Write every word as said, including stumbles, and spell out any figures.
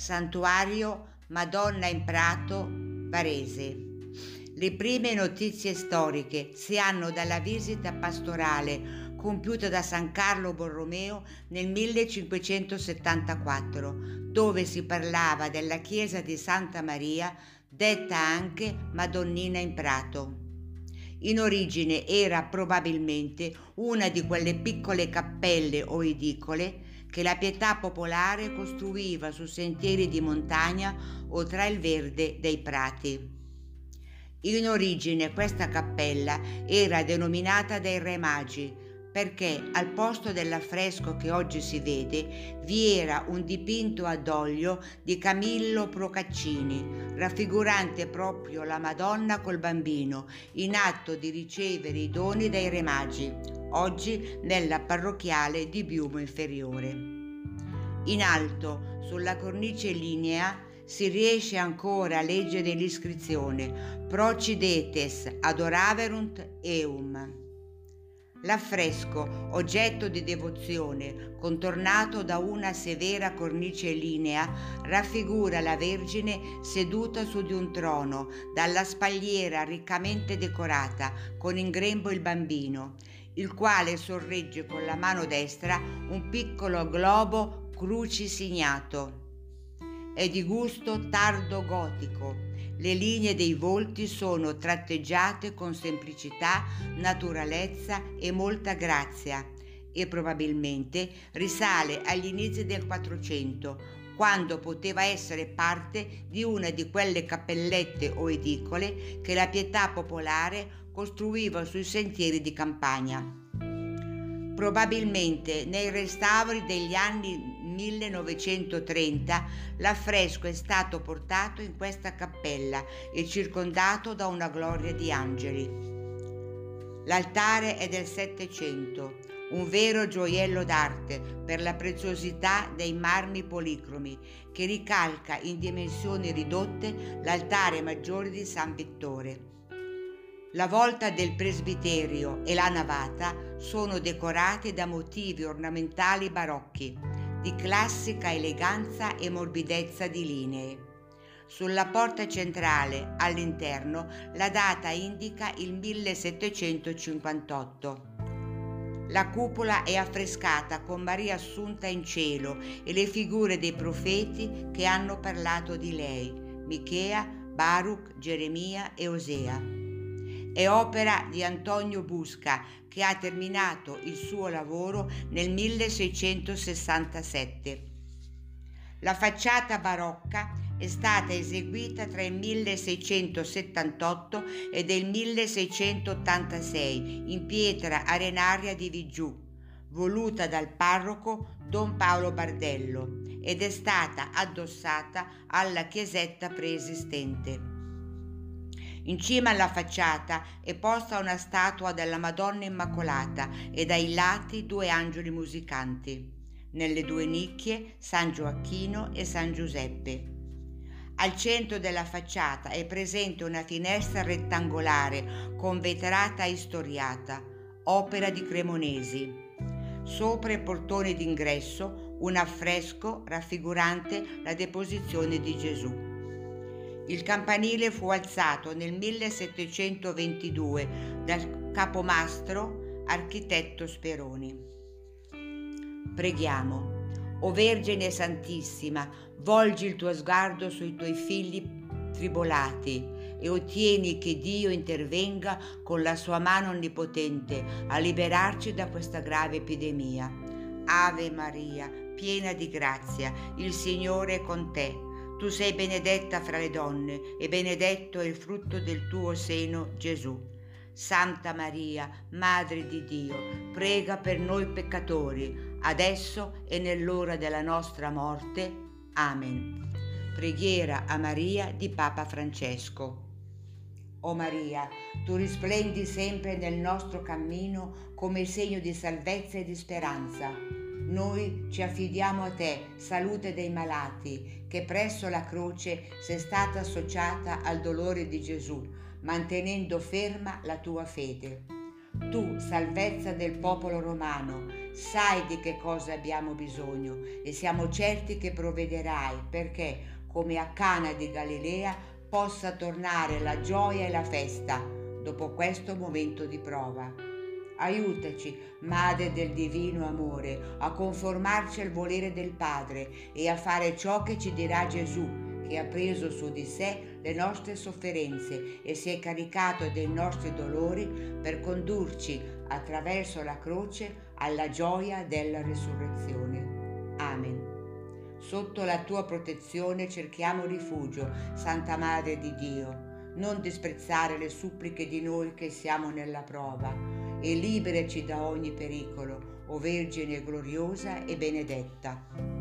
Santuario Madonna in Prato, Varese. Le prime notizie storiche si hanno dalla visita pastorale compiuta da San Carlo Borromeo nel millecinquecentosettantaquattro, dove si parlava della chiesa di Santa Maria, detta anche Madonnina in Prato. In origine era probabilmente una di quelle piccole cappelle o edicole che la pietà popolare costruiva su sentieri di montagna o tra il verde dei prati. In origine questa cappella era denominata dei Re Magi perché al posto dell'affresco che oggi si vede vi era un dipinto ad olio di Camillo Procaccini, raffigurante proprio la Madonna col bambino in atto di ricevere i doni dei Re Magi, oggi nella parrocchiale di Biumo Inferiore. In alto, sulla cornice lignea, si riesce ancora a leggere l'iscrizione Procidetes adoraverunt eum. L'affresco, oggetto di devozione, contornato da una severa cornice linea, raffigura la Vergine seduta su di un trono, dalla spalliera riccamente decorata, con in grembo il bambino, il quale sorregge con la mano destra un piccolo globo crucisignato. È di gusto tardo gotico. Le linee dei volti sono tratteggiate con semplicità, naturalezza e molta grazia e probabilmente risale agli inizi del Quattrocento, quando poteva essere parte di una di quelle cappellette o edicole che la pietà popolare costruiva sui sentieri di campagna. Probabilmente nei restauri degli anni millenovecentotrenta l'affresco è stato portato in questa cappella e circondato da una gloria di angeli. L'altare è del Settecento, un vero gioiello d'arte per la preziosità dei marmi policromi che ricalca in dimensioni ridotte l'altare maggiore di San Vittore. La volta del presbiterio e la navata sono decorati da motivi ornamentali barocchi, di classica eleganza e morbidezza di linee. Sulla porta centrale, all'interno, la data indica il millesettecentocinquantotto. La cupola è affrescata con Maria Assunta in cielo e le figure dei profeti che hanno parlato di lei, Michea, Baruch, Geremia e Osea. È opera di Antonio Busca, che ha terminato il suo lavoro nel milleseicentosessantasette. La facciata barocca è stata eseguita tra il milleseicentosettantotto ed il milleseicentottantasei in pietra arenaria di Vigiù, voluta dal parroco Don Paolo Bardello, ed è stata addossata alla chiesetta preesistente. In cima alla facciata è posta una statua della Madonna Immacolata e dai lati due angeli musicanti. Nelle due nicchie San Gioacchino e San Giuseppe. Al centro della facciata è presente una finestra rettangolare con vetrata istoriata, opera di Cremonesi. Sopra il portone d'ingresso un affresco raffigurante la deposizione di Gesù. Il campanile fu alzato nel millesettecentoventidue dal capomastro architetto Speroni. Preghiamo. O Vergine Santissima, volgi il tuo sguardo sui tuoi figli tribolati e ottieni che Dio intervenga con la sua mano onnipotente a liberarci da questa grave epidemia. Ave Maria, piena di grazia, il Signore è con te. Tu sei benedetta fra le donne e benedetto è il frutto del tuo seno, Gesù. Santa Maria, Madre di Dio, prega per noi peccatori, adesso e nell'ora della nostra morte. Amen. Preghiera a Maria di Papa Francesco. O Maria, tu risplendi sempre nel nostro cammino come segno di salvezza e di speranza. Noi ci affidiamo a te, salute dei malati, che presso la croce sei stata associata al dolore di Gesù, mantenendo ferma la tua fede. Tu, salvezza del popolo romano, sai di che cosa abbiamo bisogno e siamo certi che provvederai perché, come a Cana di Galilea, possa tornare la gioia e la festa dopo questo momento di prova. Aiutaci, Madre del Divino Amore, a conformarci al volere del Padre e a fare ciò che ci dirà Gesù, che ha preso su di sé le nostre sofferenze e si è caricato dei nostri dolori per condurci attraverso la croce alla gioia della risurrezione. Amen. Sotto la tua protezione cerchiamo rifugio, Santa Madre di Dio. Non disprezzare le suppliche di noi che siamo nella prova e liberaci da ogni pericolo, o Vergine gloriosa e benedetta.